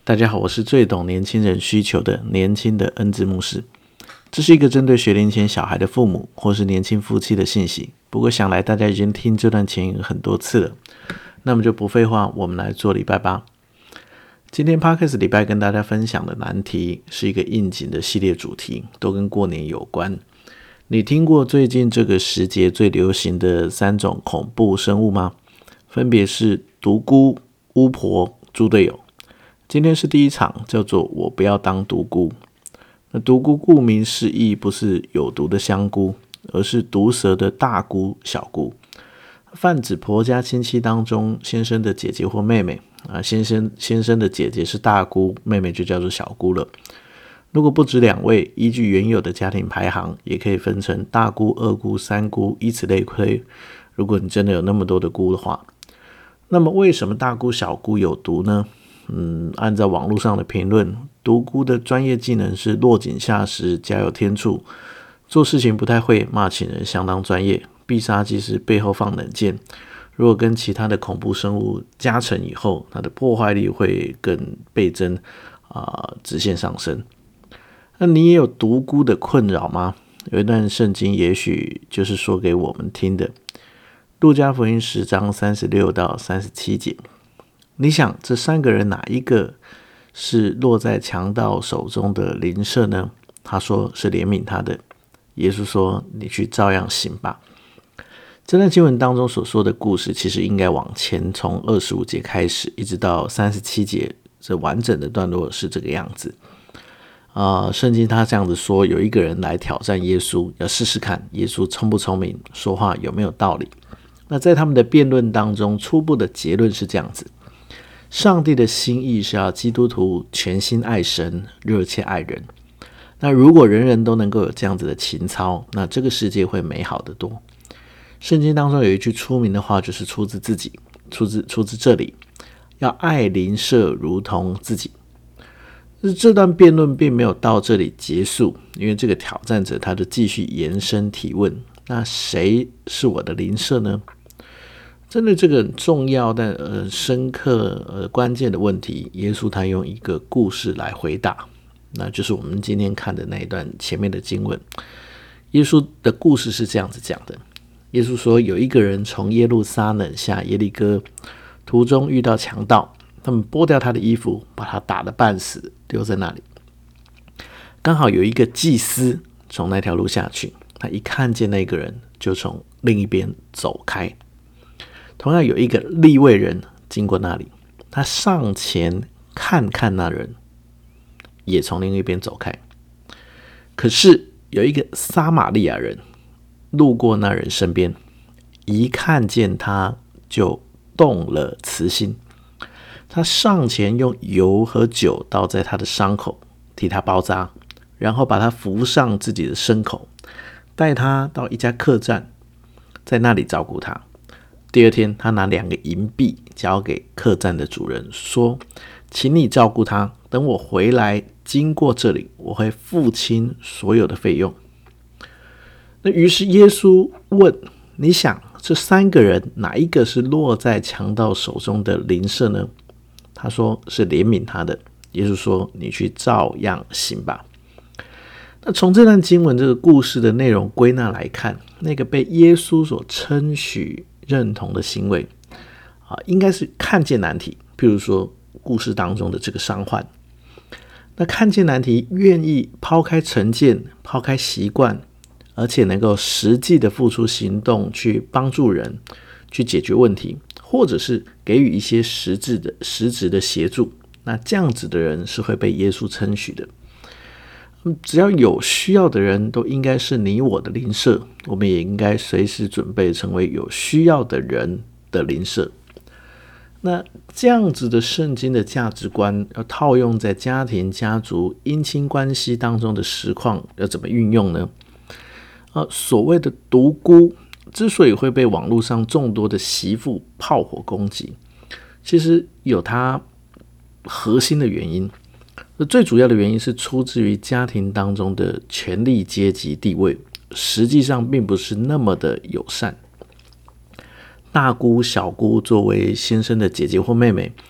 大家好，我是最懂年轻人需求的年轻的恩智牧师。这是一个针对学龄前小孩的父母或是年轻夫妻的信息。不过想来大家已经听这段前言很多次了，那么就不废话，我们来做礼拜吧。今天 Podcast 礼拜跟大家分享的难题是一个应景的系列主题，都跟过年有关。你听过最近这个时节最流行的3种恐怖生物吗？分别是独孤、巫婆、猪队友。今天是第一场，叫做我不要当独孤。那独孤顾名思义，不是有毒的香菇，而是毒舌的大姑、小姑，泛指婆家亲戚当中先生的姐姐或妹妹先生的姐姐是大姑，妹妹就叫做小姑了。如果不止2位，依据原有的家庭排行，也可以分成大姑、二姑、三姑，以此类推。如果你真的有那么多的姑的话，那么为什么大姑、小姑有毒呢？按照网络上的评论，独孤的专业技能是落井下石，加有天助，做事情不太会，骂请人相当专业，必杀技是背后放冷箭。如果跟其他的恐怖生物加成以后，它的破坏力会更倍增，直线上升。那你也有独孤的困扰吗？有一段圣经也许就是说给我们听的，路加福音10章36到37节。你想这3个人哪一个是落在强盗手中的邻舍呢？他说是怜悯他的。耶稣说你去照样行吧。这段经文当中所说的故事其实应该往前从25节开始一直到37节，这完整的段落是这个样子。圣经他这样子说，有一个人来挑战耶稣，要试试看耶稣聪不聪明，说话有没有道理。那在他们的辩论当中，初步的结论是这样子：上帝的心意是要基督徒全心爱神，热切爱人。那如果人人都能够有这样子的情操，那这个世界会美好得多。圣经当中有一句出名的话，就是出自这里，要爱邻舍如同自己。这段辩论并没有到这里结束，因为这个挑战者他就继续延伸提问：那谁是我的邻舍呢？针对这个很重要但深刻关键的问题，耶稣他用一个故事来回答，那就是我们今天看的那一段前面的经文。耶稣的故事是这样子讲的：耶稣说，有一个人从耶路撒冷下耶利哥，途中遇到强盗，他们剥掉他的衣服，把他打得半死，丢在那里。刚好有一个祭司从那条路下去，他一看见那个人，就从另一边走开。同样有一个利未人经过那里，他上前看看那人，也从另一边走开。可是有一个撒玛利亚人路过那人身边，一看见他就动了慈心，他上前用油和酒倒在他的伤口，替他包扎，然后把他扶上自己的牲口，带他到一家客栈，在那里照顾他。第二天，他拿2个银币交给客栈的主人，说：请你照顾他，等我回来经过这里，我会付清所有的费用。那于是耶稣问：你想这3个人哪一个是落在强盗手中的邻舍呢？他说是怜悯他的。耶稣说你去照样行吧。那从这段经文这个故事的内容归纳来看，那个被耶稣所称许认同的行为应该是看见难题，譬如说故事当中的这个伤患，那看见难题，愿意抛开成见，抛开习惯，而且能够实际的付出行动去帮助人，去解决问题，或者是给予一些实质的协助，那这样子的人是会被耶稣称许的。只要有需要的人都应该是你我的邻舍，我们也应该随时准备成为有需要的人的邻舍。那这样子的圣经的价值观要套用在家庭、家族、姻亲关系当中的实况，要怎么运用呢？所谓的独孤之所以会被网络上众多的媳妇炮火攻击，其实有它核心的原因。最主要的原因是出自于家庭当中的权力阶级地位，实际上并不是那么的友善。大姑、小姑作为先生的姐姐或妹妹，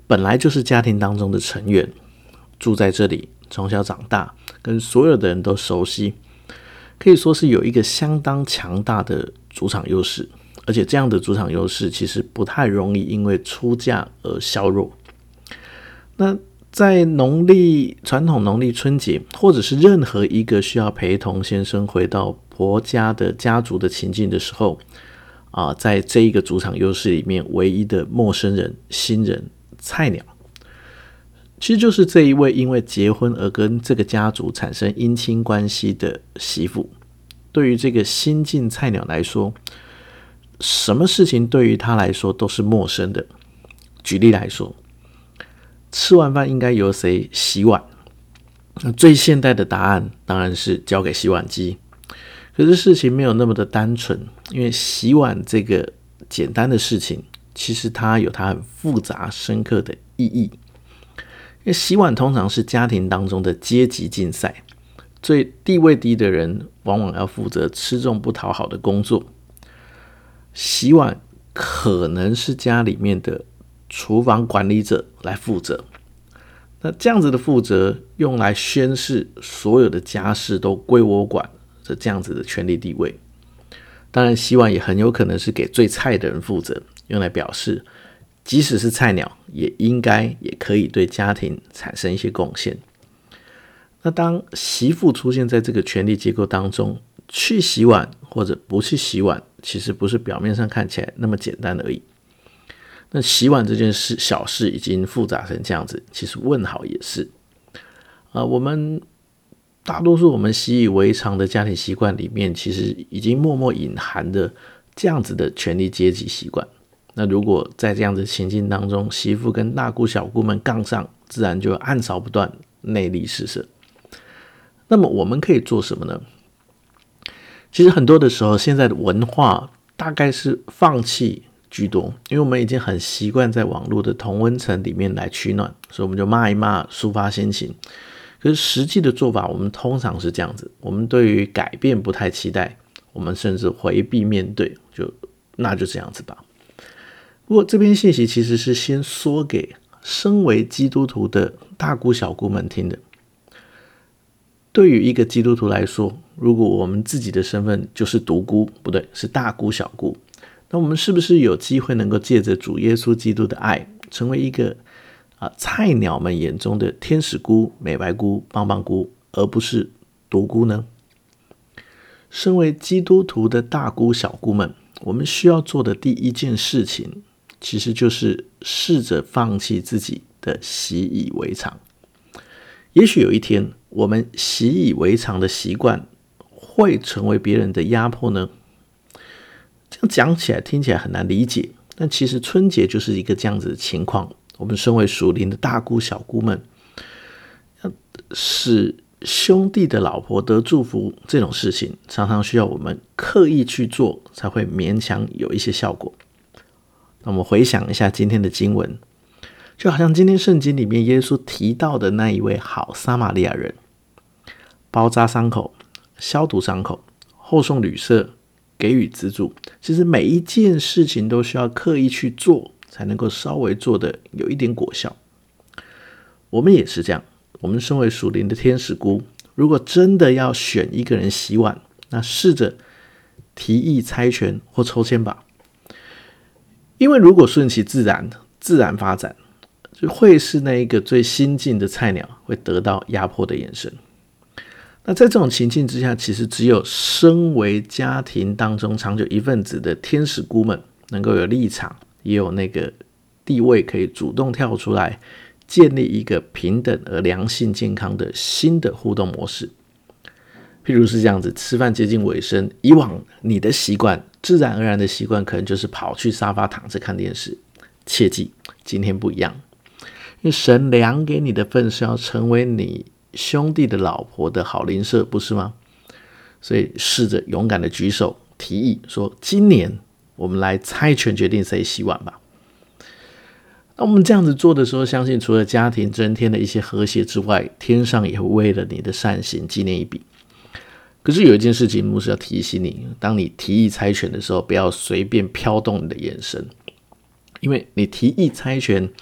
本来就是家庭当中的成员，住在这里，从小长大，跟所有的人都熟悉，可以说是有一个相当强大的主场优势，而且这样的主场优势其实不太容易因为出嫁而削弱。那在传统农历春节，或者是任何一个需要陪同先生回到婆家的家族的情境的时候，在这一个主场优势里面，唯一的陌生人、新人、菜鸟，其实就是这一位因为结婚而跟这个家族产生姻亲关系的媳妇。对于这个新进菜鸟来说，什么事情对于他来说都是陌生的。举例来说，吃完饭应该由谁洗碗？最现代的答案当然是交给洗碗机。可是事情没有那么的单纯，因为洗碗这个简单的事情，其实它有它很复杂深刻的意义。因为洗碗通常是家庭当中的阶级竞赛，最地位低的人往往要负责吃重不讨好的工作。洗碗可能是家里面的厨房管理者来负责，那这样子的负责用来宣示所有的家事都归我管的这样子的权力地位。当然洗碗也很有可能是给最菜的人负责，用来表示即使是菜鸟也可以对家庭产生一些贡献。那当媳妇出现在这个权力结构当中，去洗碗或者不去洗碗，其实不是表面上看起来那么简单而已。那洗碗这件事小事已经复杂成这样子，其实问好也是。我们大多数我们习以为常的家庭习惯里面，其实已经默默隐含的这样子的权力阶级习惯。那如果在这样的情境当中，媳妇跟大姑小姑们杠上，自然就暗潮不断，内力四射。那么我们可以做什么呢？其实很多的时候，现在的文化大概是放弃居多，因为我们已经很习惯在网络的同温层里面来取暖，所以我们就骂一骂，抒发心情。可是实际的做法，我们通常是这样子：我们对于改变不太期待，我们甚至回避面对，那就这样子吧。不过这篇信息其实是先说给身为基督徒的大姑小姑们听的。对于一个基督徒来说，如果我们自己的身份就是独孤，不对，是大姑小姑，那我们是不是有机会能够借着主耶稣基督的爱，成为一个菜鸟们眼中的天使姑、美白姑、棒棒姑，而不是独孤呢？身为基督徒的大姑小姑们，我们需要做的第一件事情，其实就是试着放弃自己的习以为常。也许有一天，我们习以为常的习惯会成为别人的压迫呢？这样讲起来听起来很难理解，但其实春节就是一个这样子的情况。我们身为属灵的大姑小姑们，使兄弟的老婆得祝福这种事情，常常需要我们刻意去做，才会勉强有一些效果。那我们回想一下今天的经文，就好像今天圣经里面耶稣提到的那一位好撒玛利亚人，包扎伤口、消毒伤口、后送旅社、给予资助，其实每一件事情都需要刻意去做，才能够稍微做的有一点果效。我们也是这样，我们身为属灵的天使姑，如果真的要选一个人洗碗，那试着提议猜拳或抽签吧。因为如果顺其自然发展，就会是那一个最新进的菜鸟会得到压迫的眼神。那在这种情境之下，其实只有身为家庭当中长久一份子的天使姑们能够有立场，也有那个地位，可以主动跳出来，建立一个平等而良性健康的新的互动模式。譬如是这样子，吃饭接近尾声，以往你的习惯，自然而然的习惯，可能就是跑去沙发躺着看电视。切记，今天不一样，因为神量给你的份是要成为你兄弟的老婆的好邻舍，不是吗？所以试着勇敢的举手提议说，今年我们来猜拳决定谁洗碗吧。那我们这样子做的时候，相信除了家庭增添了一些和谐之外，天上也会为了你的善行纪念一笔。可是有一件事情，牧师要提醒你，当你提议猜拳的时候，不要随便飘动你的眼神，因为你提议猜拳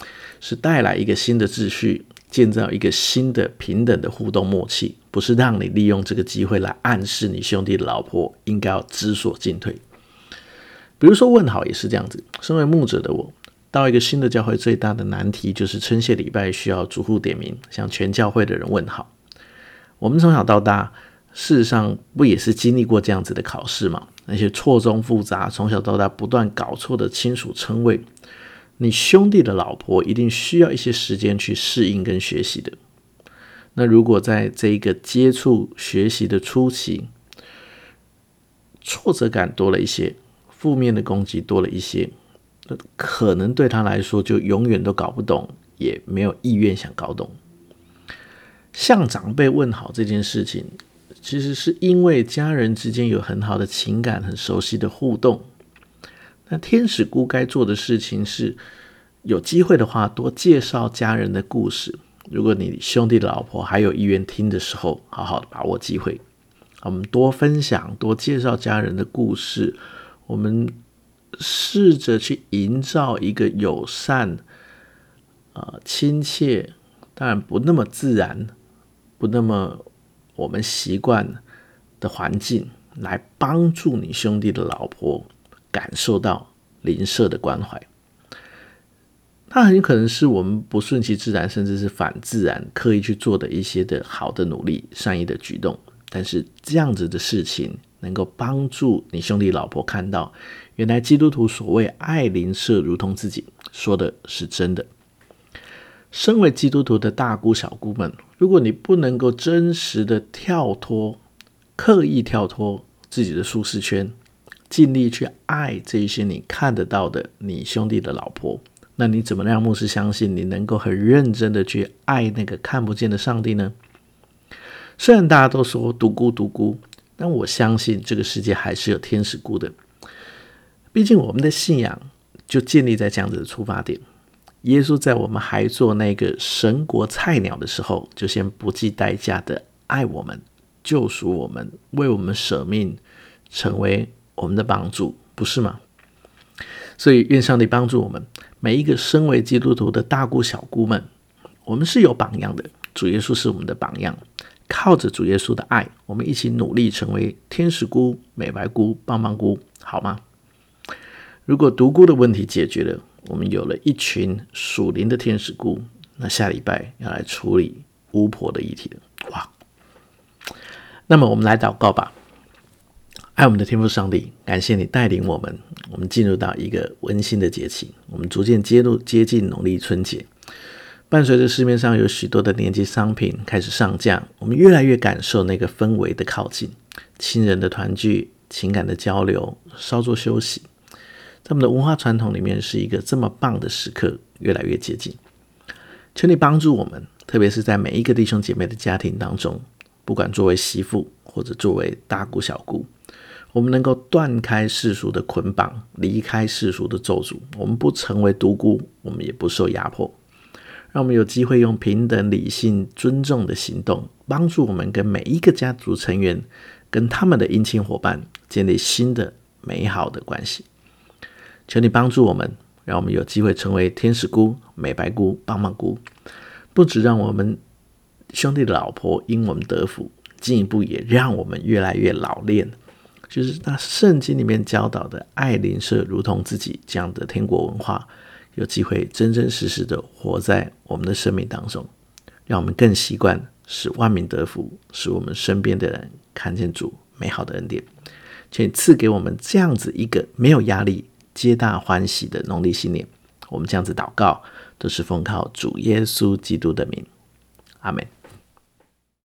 是带来一个新的秩序，建造一个新的平等的互动默契，不是让你利用这个机会来暗示你兄弟的老婆应该要知所进退。比如说问好也是这样子，身为牧者的我，到一个新的教会最大的难题就是称谢礼拜需要逐户点名，向全教会的人问好。我们从小到大，事实上不也是经历过这样子的考试吗？那些错综复杂，从小到大不断搞错的亲属称谓，你兄弟的老婆一定需要一些时间去适应跟学习的。那如果在这一个接触学习的初期，挫折感多了一些，负面的攻击多了一些，可能对他来说就永远都搞不懂，也没有意愿想搞懂。向长辈问好这件事情，其实是因为家人之间有很好的情感，很熟悉的互动。那天使姑该做的事情是，有机会的话多介绍家人的故事。如果你兄弟的老婆还有意愿听的时候，好好的把握机会。我们多分享，多介绍家人的故事，我们试着去营造一个友善、亲切，当然不那么自然，不那么我们习惯的环境，来帮助你兄弟的老婆感受到邻舍的关怀。它很可能是我们不顺其自然，甚至是反自然刻意去做的一些的好的努力、善意的举动，但是这样子的事情能够帮助你兄弟老婆看到，原来基督徒所谓爱邻舍如同自己说的是真的。身为基督徒的大姑小姑们，如果你不能够真实的刻意跳脱自己的舒适圈，尽力去爱这一些你看得到的你兄弟的老婆，那你怎么让牧师相信你能够很认真的去爱那个看不见的上帝呢？虽然大家都说独孤，但我相信这个世界还是有天使姑的。毕竟我们的信仰就建立在这样子的出发点。耶稣在我们还做那个神国菜鸟的时候，就先不计代价的爱我们，救赎我们，为我们舍命，成为我们的帮助，不是吗？所以愿上帝帮助我们每一个身为基督徒的大姑小姑们，我们是有榜样的，主耶稣是我们的榜样，靠着主耶稣的爱，我们一起努力成为天使姑、美白姑、棒棒姑，好吗？如果独孤的问题解决了，我们有了一群属灵的天使姑，那下礼拜要来处理巫婆的议题了。哇！那么我们来祷告吧。爱我们的天父上帝，感谢你带领我们进入到一个温馨的节气，我们逐渐接近农历春节。伴随着市面上有许多的年节商品开始上架，我们越来越感受那个氛围的靠近，亲人的团聚，情感的交流，稍作休息，在我们的文化传统里面是一个这么棒的时刻，越来越接近。求你帮助我们，特别是在每一个弟兄姐妹的家庭当中，不管作为媳妇或者作为大姑小姑，我们能够断开世俗的捆绑，离开世俗的咒诅，我们不成为独孤，我们也不受压迫，让我们有机会用平等、理性、尊重的行动，帮助我们跟每一个家族成员，跟他们的姻亲伙伴建立新的美好的关系。求你帮助我们，让我们有机会成为天使姑、美白姑、棒棒姑，不只让我们兄弟的老婆因我们得福，进一步也让我们越来越老练，就是那圣经里面教导的爱邻舍如同自己这样的天国文化，有机会真真实实的活在我们的生命当中，让我们更习惯使万民得福，使我们身边的人看见主美好的恩典。请赐给我们这样子一个没有压力、皆大欢喜的农历新年。我们这样子祷告，都是奉靠主耶稣基督的名，阿们。